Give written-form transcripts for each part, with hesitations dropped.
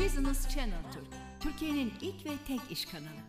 Business Channel Türk, Türkiye'nin ilk ve tek iş kanalı.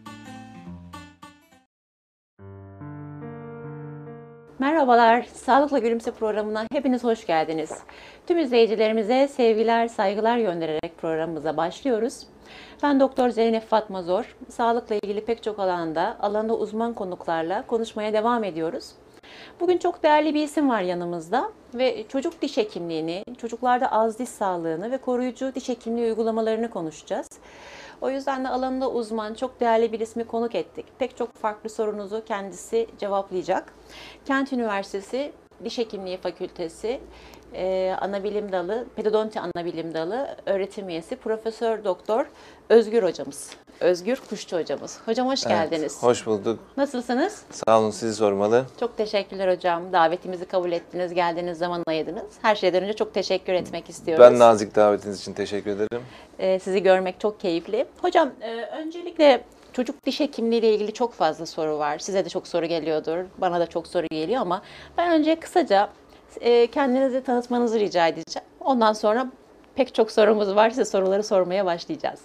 Merhabalar, Sağlıkla Gülümse programına hepiniz hoş geldiniz. Tüm izleyicilerimize sevgiler, saygılar göndererek programımıza başlıyoruz. Ben Doktor Zeynep Fatma Zor. Sağlıkla ilgili pek çok alanda uzman konuklarla konuşmaya devam ediyoruz. Bugün çok değerli bir isim var yanımızda ve çocuk diş hekimliğini, çocuklarda ağız diş sağlığını ve koruyucu diş hekimliği uygulamalarını konuşacağız. O yüzden de alanında uzman, çok değerli bir ismi konuk ettik. Pek çok farklı sorunuzu kendisi cevaplayacak. Kent Üniversitesi Diş Hekimliği Fakültesi Anabilim Dalı, Pedodonti Anabilim Dalı öğretim üyesi Profesör Doktor Özgür hocamız. Özgür Kuşçu hocamız. Hocam hoş geldiniz. Hoş bulduk. Nasılsınız? Sağ olun, sizi sormalı. Çok teşekkürler hocam. Davetimizi kabul ettiniz, geldiğiniz zaman ayırdınız. Her şeyden önce çok teşekkür etmek istiyoruz. Ben nazik davetiniz için teşekkür ederim. Sizi görmek çok keyifli. Hocam öncelikle çocuk diş hekimliği ile ilgili çok fazla soru var. Size de çok soru geliyordur. Bana da çok soru geliyor ama ben önce kısaca kendinizi tanıtmanızı rica edeceğim. Ondan sonra pek çok sorumuz var. Size soruları sormaya başlayacağız.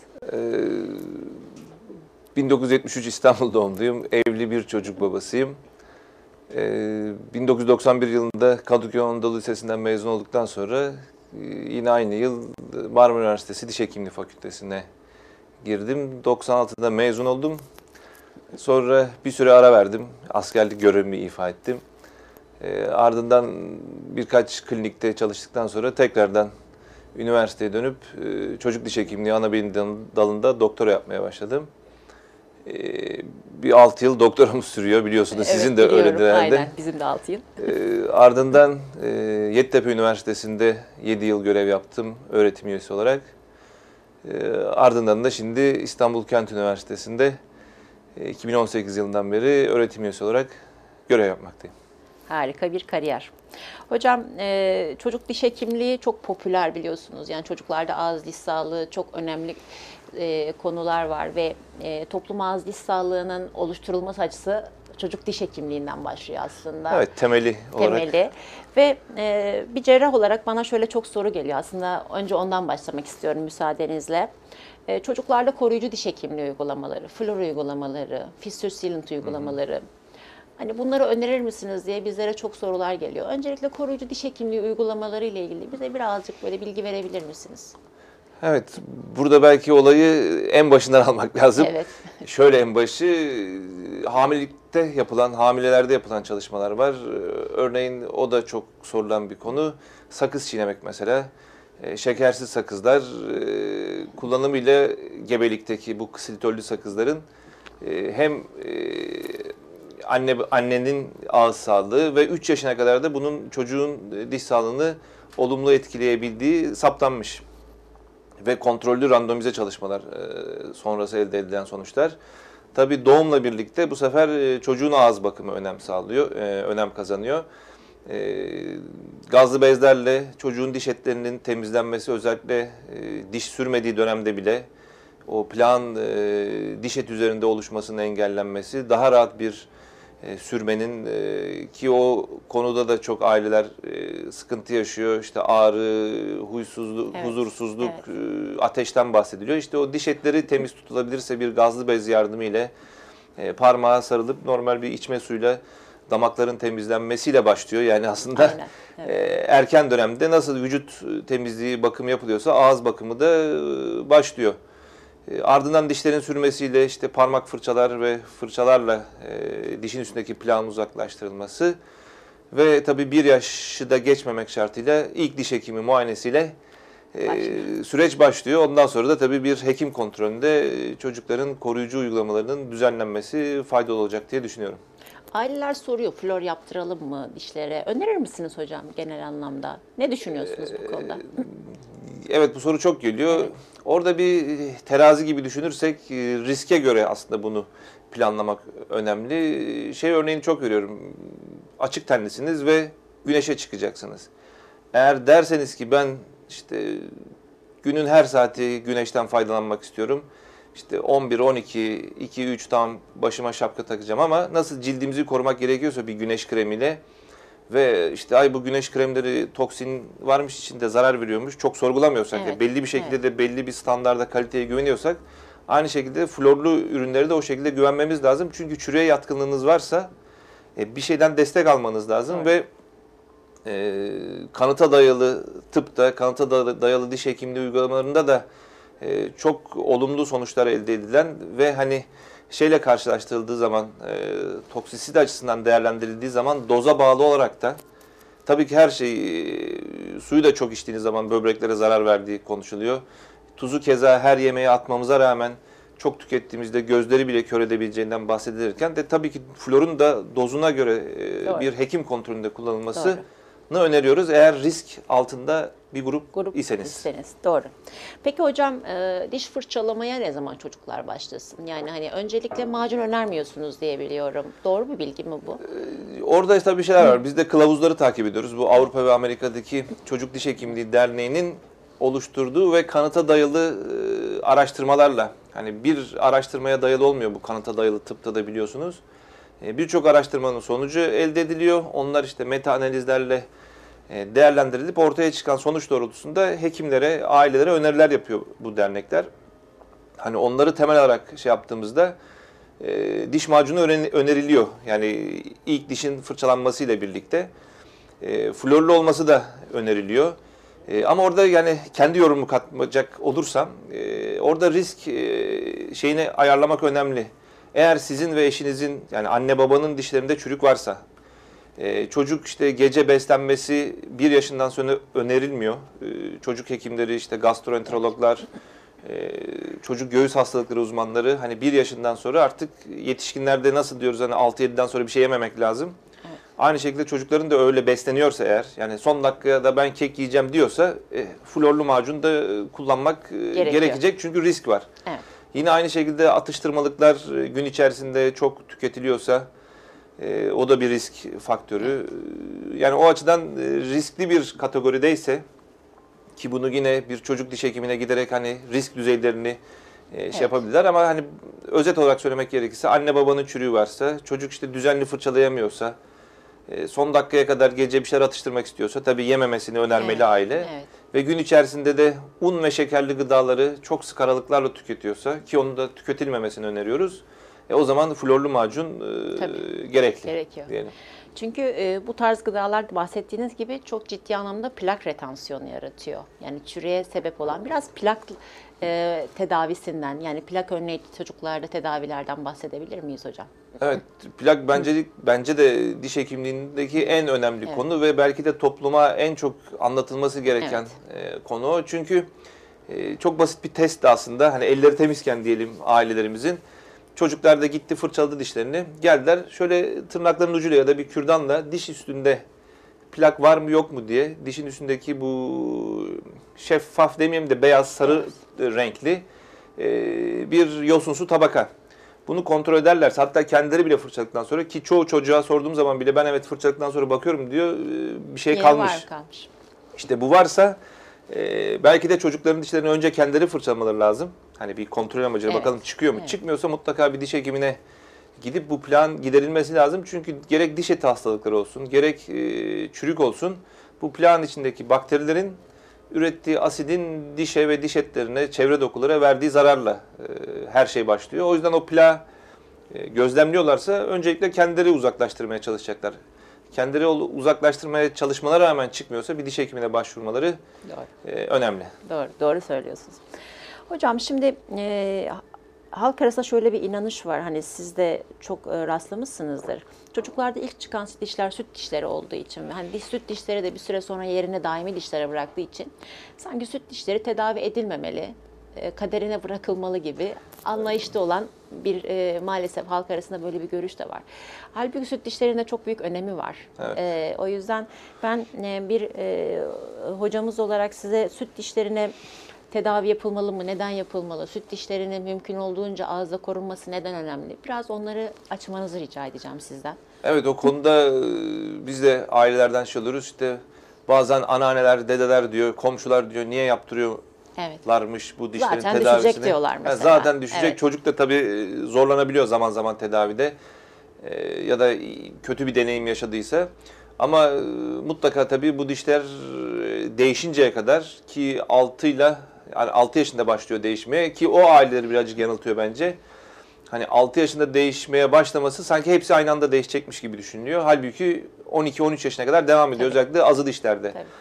1973 İstanbul doğumluyum. Evli bir çocuk babasıyım. 1991 yılında Kadıköy Anadolu Lisesi'nden mezun olduktan sonra yine aynı yıl Marmara Üniversitesi Diş Hekimliği Fakültesi'ne girdim. 96'da mezun oldum. Sonra bir süre ara verdim. Askerlik görevimi ifa ettim. Ardından birkaç klinikte çalıştıktan sonra tekrardan üniversiteye dönüp çocuk diş hekimliği anabilim dalında doktora yapmaya başladım. Bir 6 yıl doktoramız sürüyor biliyorsunuz. Evet, sizin de öyledir herhalde. Aynen, bizim de 6 yıl. Ardından Yeditepe Üniversitesi'nde 7 yıl görev yaptım öğretim üyesi olarak. Ardından da şimdi İstanbul Kent Üniversitesi'nde 2018 yılından beri öğretim üyesi olarak görev yapmaktayım. Harika bir kariyer. Hocam çocuk diş hekimliği çok popüler biliyorsunuz. Yani çocuklarda ağız diş sağlığı çok önemli konular var ve toplum ağız diş sağlığının oluşturulması açısı çocuk diş hekimliğinden başlıyor aslında. Evet, temeli olarak. Ve bir cerrah olarak bana şöyle çok soru geliyor. Aslında önce ondan başlamak istiyorum müsaadenizle. Çocuklarda koruyucu diş hekimliği uygulamaları, flor uygulamaları, fistül sealant uygulamaları. Hani bunları önerir misiniz diye bizlere çok sorular geliyor. Öncelikle koruyucu diş hekimliği uygulamaları ile ilgili bize birazcık böyle bilgi verebilir misiniz? Evet, burada belki olayı en başından almak lazım. Evet. Şöyle en başı, hamilelerde yapılan çalışmalar var. Örneğin o da çok sorulan bir konu. Sakız çiğnemek mesela. Şekersiz sakızlar kullanımıyla gebelikteki bu ksilitollü sakızların hem annenin ağız sağlığı ve 3 yaşına kadar da bunun çocuğun diş sağlığını olumlu etkileyebildiği saptanmış. Ve kontrollü randomize çalışmalar sonrası elde edilen sonuçlar. Tabii doğumla birlikte bu sefer çocuğun ağız bakımı önem kazanıyor. Gazlı bezlerle çocuğun diş etlerinin temizlenmesi, özellikle diş sürmediği dönemde bile o plağın diş et üzerinde oluşmasının engellenmesi, daha rahat bir sürmenin ki o konuda da çok aileler sıkıntı yaşıyor. İşte ağrı, huysuzluk, evet, huzursuzluk, ateşten bahsediliyor. İşte o diş etleri temiz tutulabilirse bir gazlı bez yardımı ile parmağa sarılıp normal bir içme suyuyla damakların temizlenmesiyle başlıyor. Yani aslında aynen, evet. Erken dönemde nasıl vücut temizliği bakımı yapılıyorsa ağız bakımı da başlıyor. Ardından dişlerin sürmesiyle işte parmak fırçalar ve fırçalarla dişin üstündeki plağın uzaklaştırılması ve tabii 1 yaşı da geçmemek şartıyla ilk diş hekimi muayenesiyle süreç başlıyor. Ondan sonra da tabii bir hekim kontrolünde çocukların koruyucu uygulamalarının düzenlenmesi faydalı olacak diye düşünüyorum. Aileler soruyor, flor yaptıralım mı dişlere? Önerir misiniz hocam genel anlamda? Ne düşünüyorsunuz bu konuda? Evet, bu soru çok geliyor. Evet. Orada bir terazi gibi düşünürsek riske göre aslında bunu planlamak önemli. Örneğini çok görüyorum. Açık tenlisiniz ve güneşe çıkacaksınız. Eğer derseniz ki ben işte günün her saati güneşten faydalanmak istiyorum. İşte 11, 12, 2, 3 tam başıma şapka takacağım ama nasıl cildimizi korumak gerekiyorsa bir güneş kremiyle ve işte ay bu güneş kremleri toksin varmış içinde, zarar veriyormuş. Çok sorgulamıyorsak, Evet, belli bir şekilde de belli bir standarda, kaliteye güveniyorsak, aynı şekilde florlu ürünlere de o şekilde güvenmemiz lazım. Çünkü çürüye yatkınlığınız varsa bir şeyden destek almanız lazım. Evet. Ve kanıta dayalı tıpta, kanıta dayalı diş hekimliği uygulamalarında da çok olumlu sonuçlar elde edilen ve hani şeyle karşılaştırıldığı zaman, toksisite açısından değerlendirildiği zaman doza bağlı olarak da tabii ki her şey, suyu da çok içtiğiniz zaman böbreklere zarar verdiği konuşuluyor. Tuzu keza her yemeğe atmamıza rağmen çok tükettiğimizde gözleri bile kör edebileceğinden bahsedilirken de tabii ki florun da dozuna göre Doğru. bir hekim kontrolünde kullanılması Doğru. öneriyoruz eğer risk altında bir grup iseniz. Doğru. Peki hocam, diş fırçalamaya ne zaman çocuklar başlasın? Yani hani öncelikle macun önermiyorsunuz diye biliyorum. Doğru bir bilgi mi bu? Orada tabii şeyler var. Biz de kılavuzları takip ediyoruz. Bu Avrupa ve Amerika'daki Çocuk Diş Hekimliği Derneği'nin oluşturduğu ve kanıta dayalı araştırmalarla, hani bir araştırmaya dayalı olmuyor bu kanıta dayalı tıpta da biliyorsunuz. Birçok araştırmanın sonucu elde ediliyor. Onlar işte meta analizlerle değerlendirilip ortaya çıkan sonuç doğrultusunda hekimlere, ailelere öneriler yapıyor bu dernekler. Hani onları temel olarak şey yaptığımızda diş macunu öneriliyor. Yani ilk dişin fırçalanmasıyla birlikte florlu olması da öneriliyor. Ama orada yani kendi yorumumu katacak olursam orada risk şeyini ayarlamak önemli. Eğer sizin ve eşinizin, yani anne babanın dişlerinde çürük varsa, çocuk işte gece beslenmesi 1 yaşından sonra önerilmiyor. Çocuk hekimleri, işte gastroenterologlar, çocuk göğüs hastalıkları uzmanları hani 1 yaşından sonra artık yetişkinlerde nasıl diyoruz hani 6-7'den sonra bir şey yememek lazım. Evet. Aynı şekilde çocukların da öyle besleniyorsa eğer, yani son dakikada ben kek yiyeceğim diyorsa florlu macun da kullanmak gerekecek çünkü risk var. Evet. Yine aynı şekilde atıştırmalıklar gün içerisinde çok tüketiliyorsa o da bir risk faktörü. Yani o açıdan riskli bir kategorideyse, ki bunu yine bir çocuk diş hekimine giderek hani risk düzeylerini şey yapabilirler, ama hani özet olarak söylemek gerekirse anne babanın çürüğü varsa, çocuk işte düzenli fırçalayamıyorsa, son dakikaya kadar gece bir şeyler atıştırmak istiyorsa tabii yememesini önermeli aile. Evet. Ve gün içerisinde de un ve şekerli gıdaları çok sık aralıklarla tüketiyorsa, ki onun da tüketilmemesini öneriyoruz. O zaman florlu macun gerekiyor diyelim. Çünkü bu tarz gıdalar bahsettiğiniz gibi çok ciddi anlamda plak retansiyonu yaratıyor. Yani çürüye sebep olan biraz plak tedavisinden, yani plak önleyici çocuklarda tedavilerden bahsedebilir miyiz hocam? Evet, plak bence de diş hekimliğindeki en önemli konu ve belki de topluma en çok anlatılması gereken konu o. Çünkü çok basit bir test de aslında, hani elleri temizken diyelim ailelerimizin, çocuklar da gitti fırçaladı dişlerini, geldiler şöyle tırnaklarının ucuyla ya da bir kürdanla diş üstünde plak var mı yok mu diye, dişin üstündeki bu şeffaf demeyeyim de beyaz sarı renkli bir yosunsu tabaka. Bunu kontrol ederlerse, hatta kendileri bile fırçaladıktan sonra, ki çoğu çocuğa sorduğum zaman bile ben evet fırçaladıktan sonra bakıyorum diyor, bir şey kalmış. İşte bu varsa belki de çocukların dişlerini önce kendileri fırçalamaları lazım. Hani bir kontrol amacıyla bakalım çıkıyor mu? Çıkmıyorsa mutlaka bir diş hekimine gidip bu plan giderilmesi lazım. Çünkü gerek diş eti hastalıkları olsun, gerek çürük olsun, bu plan içindeki bakterilerin ürettiği asidin dişe ve diş etlerine, çevre dokulara verdiği zararla her şey başlıyor. O yüzden o plağı gözlemliyorlarsa öncelikle kendileri uzaklaştırmaya çalışacaklar. Kendileri uzaklaştırmaya çalışmalara rağmen çıkmıyorsa bir diş hekimine başvurmaları önemli. Doğru söylüyorsunuz. Hocam şimdi halk arasında şöyle bir inanış var. Hani siz de çok rastlamışsınızdır. Çocuklarda ilk çıkan dişler süt dişleri olduğu için, hani süt dişleri de bir süre sonra yerine daimi dişlere bıraktığı için sanki süt dişleri tedavi edilmemeli, kaderine bırakılmalı gibi anlayışta olan bir maalesef halk arasında böyle bir görüş de var. Halbuki süt dişlerinde çok büyük önemi var. Evet. O yüzden ben bir hocamız olarak size süt dişlerine tedavi yapılmalı mı? Neden yapılmalı? Süt dişlerinin mümkün olduğunca ağızda korunması neden önemli? Biraz onları açmanızı rica edeceğim sizden. Evet, o konuda biz de ailelerden şey alıyoruz. İşte bazen anneanneler, dedeler diyor, komşular diyor niye yaptırıyorlarmış bu dişlerin zaten tedavisini. Düşecek diyorlar mesela. Zaten düşecek. Evet. Çocuk da tabii zorlanabiliyor zaman zaman tedavide ya da kötü bir deneyim yaşadıysa. Ama mutlaka tabii bu dişler değişinceye kadar ki 6 yaşında başlıyor değişmeye ki o aileleri birazcık yanıltıyor bence. Hani 6 yaşında değişmeye başlaması sanki hepsi aynı anda değişecekmiş gibi düşünülüyor. Halbuki 12-13 yaşına kadar devam ediyor. Tabii. Özellikle azı dişlerde. Tabii.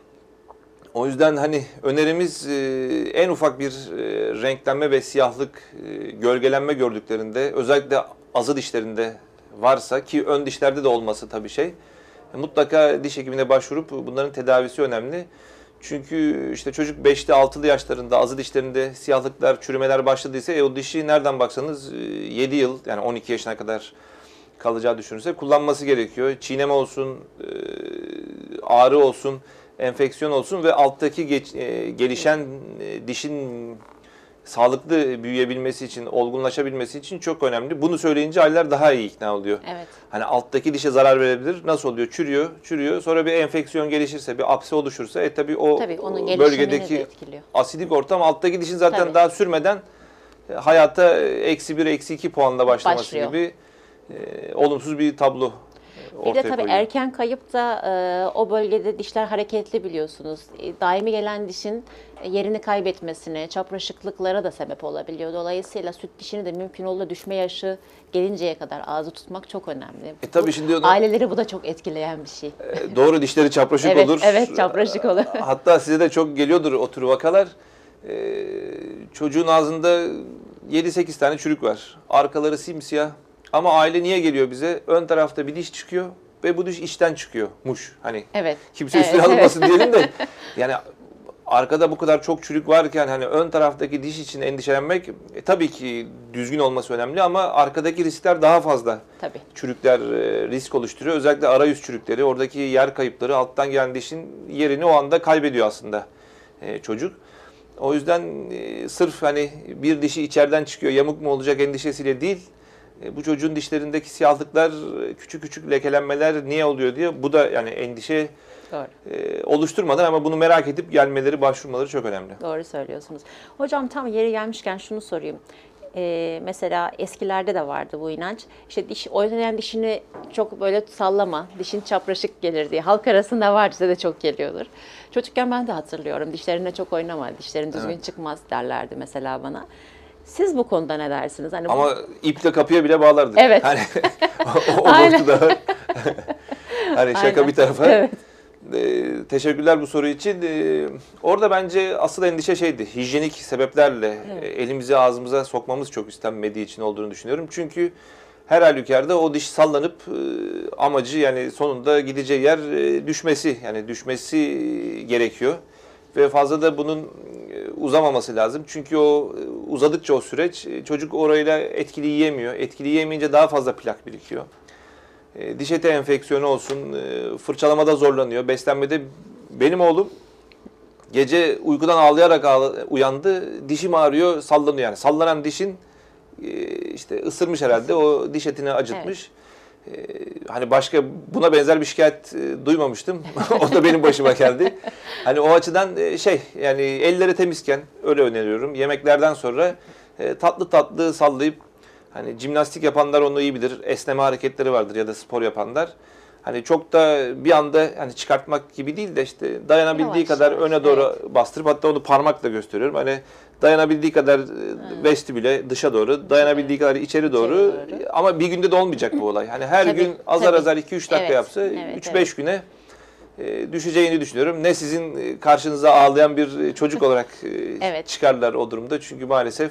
O yüzden hani önerimiz en ufak bir renklenme ve siyahlık, gölgelenme gördüklerinde özellikle azı dişlerinde varsa ki ön dişlerde de olması tabii mutlaka diş hekimine başvurup bunların tedavisi önemli. Çünkü işte çocuk 5'li 6'lı yaşlarında azı dişlerinde siyahlıklar, çürümeler başladıysa o dişi nereden baksanız 7 yıl yani 12 yaşına kadar kalacağı düşünürse kullanması gerekiyor. Çiğneme olsun, ağrı olsun, enfeksiyon olsun ve alttaki gelişen dişin sağlıklı büyüyebilmesi için, olgunlaşabilmesi için çok önemli. Bunu söyleyince aileler daha iyi ikna oluyor. Evet. Hani alttaki dişe zarar verebilir. Nasıl oluyor? Çürüyor. Sonra bir enfeksiyon gelişirse, bir apse oluşursa tabii onun bölgedeki asidik ortam alttaki dişin zaten daha sürmeden hayata -1, -2 puanla başlaması başlıyor gibi olumsuz bir tablo Bir de tabii koyuyor. erken kayıp da o bölgede dişler hareketli biliyorsunuz. Daimi gelen dişin yerini kaybetmesine, çapraşıklıklara da sebep olabiliyor. Dolayısıyla süt dişini de mümkün olduğu düşme yaşı gelinceye kadar ağzı tutmak çok önemli. Tabii şimdi aileleri bu da çok etkileyen bir şey. Doğru, dişleri çapraşık Evet, olur. evet, çapraşık olur. Hatta size de çok geliyordur o tür vakalar. Çocuğun ağzında 7-8 tane çürük var. Arkaları simsiyah. Ama aile niye geliyor bize? Ön tarafta bir diş çıkıyor ve bu diş içten çıkıyormuş. Hani Evet. kimse üstüne alınmasın diyelim de. Yani arkada bu kadar çok çürük varken hani ön taraftaki diş için endişelenmek tabii ki düzgün olması önemli ama arkadaki riskler daha fazla. Tabii. Çürükler risk oluşturuyor. Özellikle arayüz çürükleri, oradaki yer kayıpları, alttan gelen dişin yerini o anda kaybediyor aslında çocuk. O yüzden sırf hani bir dişi içeriden çıkıyor, yamuk mu olacak endişesiyle değil, bu çocuğun dişlerindeki siyahlıklar, küçük küçük lekelenmeler niye oluyor diye bu da yani endişe oluşturmadan ama bunu merak edip gelmeleri, başvurmaları çok önemli. Doğru söylüyorsunuz. Hocam tam yeri gelmişken şunu sorayım. Mesela eskilerde de vardı bu inanç. İşte oynayan dişini çok böyle sallama, dişin çapraşık gelir diye. Halk arasında var, size de çok geliyordur. Çocukken ben de hatırlıyorum. Dişlerine çok oynama, dişlerin düzgün çıkmaz derlerdi mesela bana. Siz bu konuda ne dersiniz? Hani ama iple kapıya bile bağlardık. Evet. Hani, o boşluğa. Hani şaka Aynen. bir tarafa. Evet. Teşekkürler bu soru için. Orada bence asıl endişe hijyenik sebeplerle elimizi ağzımıza sokmamız çok istenmediği için olduğunu düşünüyorum. Çünkü her halükarda o diş sallanıp amacı yani sonunda gideceği yer düşmesi. Yani düşmesi gerekiyor. Ve fazla da bunun uzamaması lazım. Çünkü o uzadıkça o süreç çocuk orayla etkili yiyemiyor. Etkili yiyemeyince daha fazla plak birikiyor. Diş eti enfeksiyonu olsun, fırçalamada zorlanıyor. Beslenmede benim oğlum gece uykudan ağlayarak uyandı. Dişim ağrıyor, sallanıyor yani. Sallanan dişin işte ısırmış herhalde, o diş etini acıtmış. Hani başka buna benzer bir şikayet duymamıştım. O da benim başıma geldi. Hani o açıdan yani elleri temizken öyle öneriyorum. Yemeklerden sonra tatlı tatlı sallayıp, hani jimnastik yapanlar onu iyi bilir. Esneme hareketleri vardır ya da spor yapanlar. Hani çok da bir anda hani çıkartmak gibi değil de işte dayanabildiği kadar öne doğru bastırıp, hatta onu parmakla gösteriyorum. Hani dayanabildiği kadar vestibüle, dışa doğru, dayanabildiği kadar içeri doğru. Ama bir günde de olmayacak bu olay. Hani her gün azar azar 2-3 dakika yapsa 3-5 güne düşeceğini düşünüyorum. Ne sizin karşınıza ağlayan bir çocuk olarak çıkarlar o durumda. Çünkü maalesef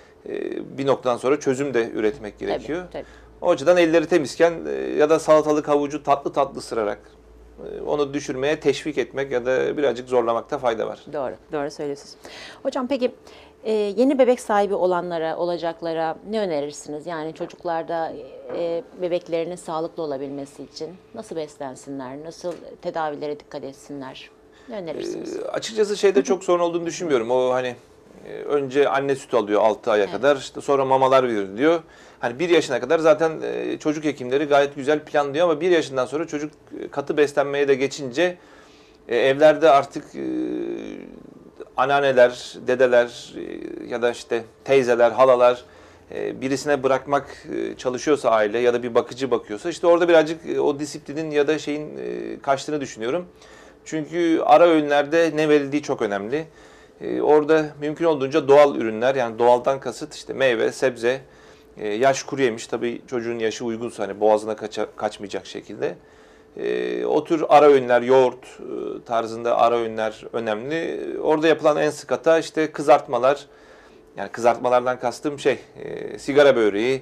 bir noktadan sonra çözüm de üretmek gerekiyor. Tabii. O açıdan elleri temizken ya da salatalık, havucu tatlı tatlı ısırarak onu düşürmeye teşvik etmek ya da birazcık zorlamakta fayda var. Doğru söylüyorsunuz. Hocam peki yeni bebek sahibi olanlara, olacaklara ne önerirsiniz? Yani çocuklarda bebeklerinin sağlıklı olabilmesi için nasıl beslensinler, nasıl tedavilere dikkat etsinler? Ne önerirsiniz? Açıkçası çok sorun olduğunu düşünmüyorum. O hani önce anne sütü alıyor 6 aya kadar, işte sonra mamalar veriliyor. Hani 1 yaşına kadar zaten çocuk hekimleri gayet güzel planlıyor ama 1 yaşından sonra çocuk katı beslenmeye de geçince evlerde artık anneanneler, dedeler ya da işte teyzeler, halalar birisine bırakmak çalışıyorsa aile ya da bir bakıcı bakıyorsa işte orada birazcık o disiplinin ya da şeyin kaçtığını düşünüyorum. Çünkü ara öğünlerde ne verildiği çok önemli. Orada mümkün olduğunca doğal ürünler, yani doğaldan kasıt işte meyve, sebze, yaş kuru yemiş, tabii çocuğun yaşı uygunsa hani boğazına kaçmayacak şekilde. O tür ara öğünler, yoğurt tarzında ara öğünler önemli. Orada yapılan en sık hata işte kızartmalar. Yani kızartmalardan kastım sigara böreği,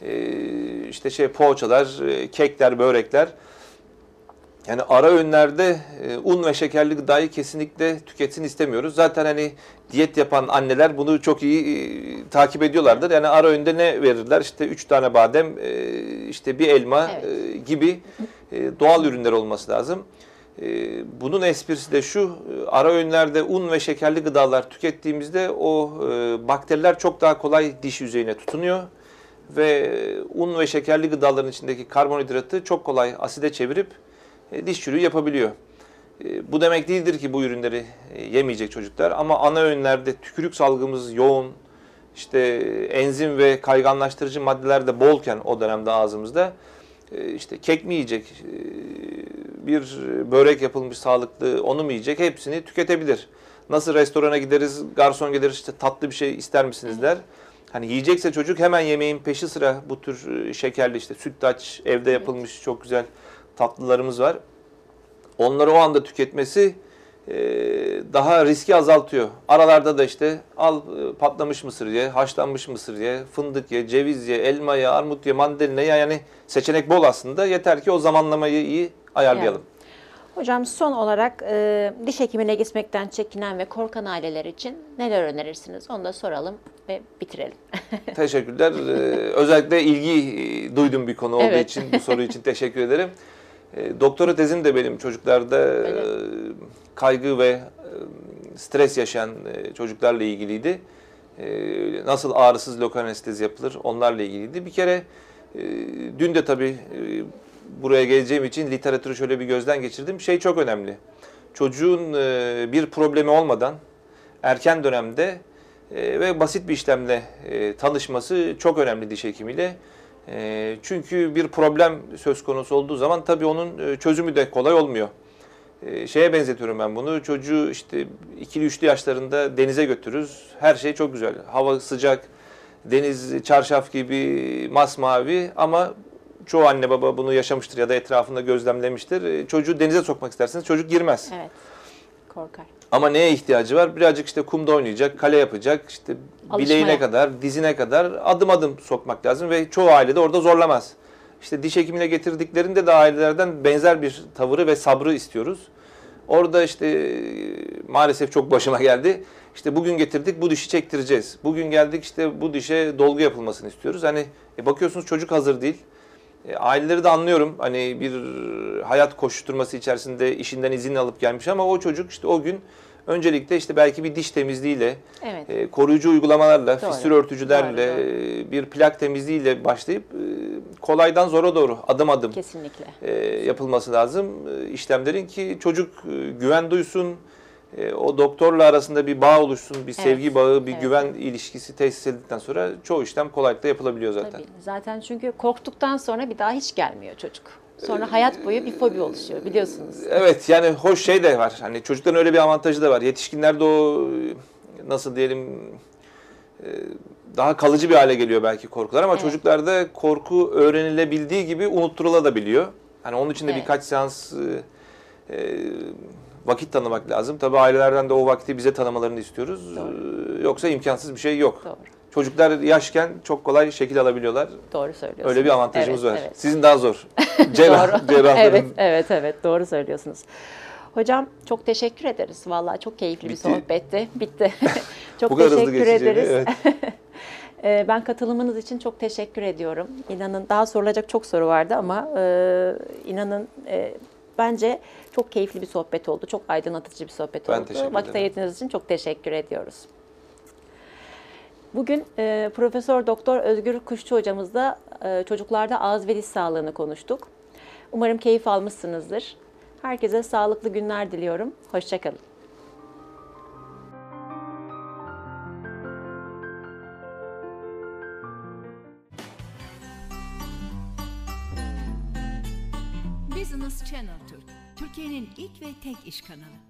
işte poğaçalar, kekler, börekler. Yani ara öğünlerde un ve şekerli gıdayı kesinlikle tüketsin istemiyoruz. Zaten hani diyet yapan anneler bunu çok iyi takip ediyorlardır. Yani ara öğünde ne verirler? İşte 3 tane badem, işte bir elma gibi doğal ürünler olması lazım. Bunun esprisi de şu, ara öğünlerde un ve şekerli gıdalar tükettiğimizde o bakteriler çok daha kolay diş yüzeyine tutunuyor. Ve un ve şekerli gıdaların içindeki karbonhidratı çok kolay aside çevirip diş çürüğü yapabiliyor. Bu demek değildir ki bu ürünleri yemeyecek çocuklar, ama ana öğünlerde tükürük salgımız yoğun, işte enzim ve kayganlaştırıcı maddeler de bolken o dönemde ağzımızda, işte kek mi yiyecek, bir börek yapılmış sağlıklı onu mu yiyecek, hepsini tüketebilir. Nasıl restorana gideriz, garson gelir işte tatlı bir şey ister misiniz der. Hani yiyecekse çocuk hemen yemeğin peşi sıra bu tür şekerli işte sütlaç, evde yapılmış çok güzel tatlılarımız var. Onları o anda tüketmesi daha riski azaltıyor. Aralarda da işte al patlamış mısır ye, haşlanmış mısır ye, fındık ye, ceviz ye, elma ye, armut ye, mandalina ye. Yani seçenek bol aslında. Yeter ki o zamanlamayı iyi ayarlayalım. Hocam son olarak diş hekimine gitmekten çekinen ve korkan aileler için neler önerirsiniz? Onu da soralım ve bitirelim. Teşekkürler. Özellikle ilgi duyduğum bir konu olduğu için, bu soru için teşekkür ederim. Doktora tezim de benim çocuklarda kaygı ve stres yaşayan çocuklarla ilgiliydi. Nasıl ağrısız lokal anestezi yapılır onlarla ilgiliydi. Bir kere dün de tabii buraya geleceğim için literatürü şöyle bir gözden geçirdim. Şey çok önemli. Çocuğun bir problemi olmadan erken dönemde ve basit bir işlemle tanışması çok önemli diş hekimiyle. Çünkü bir problem söz konusu olduğu zaman tabii onun çözümü de kolay olmuyor. Şeye benzetiyorum ben bunu. Çocuğu işte 2'li 3'lü yaşlarında denize götürürüz. Her şey çok güzel. Hava sıcak, deniz çarşaf gibi masmavi, ama çoğu anne baba bunu yaşamıştır ya da etrafında gözlemlemiştir. Çocuğu denize sokmak isterseniz çocuk girmez. Evet. Korkar. Ama neye ihtiyacı var? Birazcık işte kumda oynayacak, kale yapacak, işte bileğine kadar, dizine kadar adım adım sokmak lazım ve çoğu aile de orada zorlamaz. İşte diş hekimine getirdiklerinde de ailelerden benzer bir tavırı ve sabrı istiyoruz. Orada işte maalesef çok başıma geldi. İşte bugün getirdik, bu dişi çektireceğiz. Bugün geldik, işte bu dişe dolgu yapılmasını istiyoruz. Hani bakıyorsunuz çocuk hazır değil. Aileleri de anlıyorum. Hani bir hayat koşturması içerisinde işinden izin alıp gelmiş, ama o çocuk işte o gün öncelikle işte belki bir diş temizliğiyle, koruyucu uygulamalarla, fistül örtücülerle, bir plak temizliğiyle başlayıp kolaydan zora doğru adım adım yapılması lazım işlemlerin, ki çocuk güven duysun, o doktorla arasında bir bağ oluşsun, bir sevgi bağı, bir güven ilişkisi tesis edildikten sonra çoğu işlem kolaylıkla yapılabiliyor zaten. Tabii. Zaten çünkü korktuktan sonra bir daha hiç gelmiyor çocuk. Sonra hayat boyu bir fobi oluşuyor, biliyorsunuz. Evet, yani hoş şey de var. Hani çocukların öyle bir avantajı da var. Yetişkinlerde o nasıl diyelim daha kalıcı bir hale geliyor belki korkular, ama çocuklarda korku öğrenilebildiği gibi unutturulabiliyor. Hani onun için de birkaç seans vakit tanımak lazım. Tabii ailelerden de o vakti bize tanımalarını istiyoruz. Yoksa imkansız bir şey yok. Doğru. Çocuklar yaşken çok kolay şekil alabiliyorlar. Doğru söylüyorsunuz. Öyle bir avantajımız var. Sizin daha zor. Cerrahların. Evet, doğru söylüyorsunuz. Hocam çok teşekkür ederiz. Vallahi çok keyifli bir sohbetti. Bitti. Çok teşekkür ederiz. Ben katılımınız için çok teşekkür ediyorum. İnanın daha sorulacak çok soru vardı ama inanın bence çok keyifli bir sohbet oldu. Çok aydınlatıcı bir sohbet oldu. Vakit ayırdığınız için çok teşekkür ediyoruz. Bugün Profesör Doktor Özgür Kuşçu hocamızla çocuklarda ağız ve diş sağlığını konuştuk. Umarım keyif almışsınızdır. Herkese sağlıklı günler diliyorum. Hoşça kalın. Business Channel Türk, Türkiye'nin ilk ve tek iş kanalı.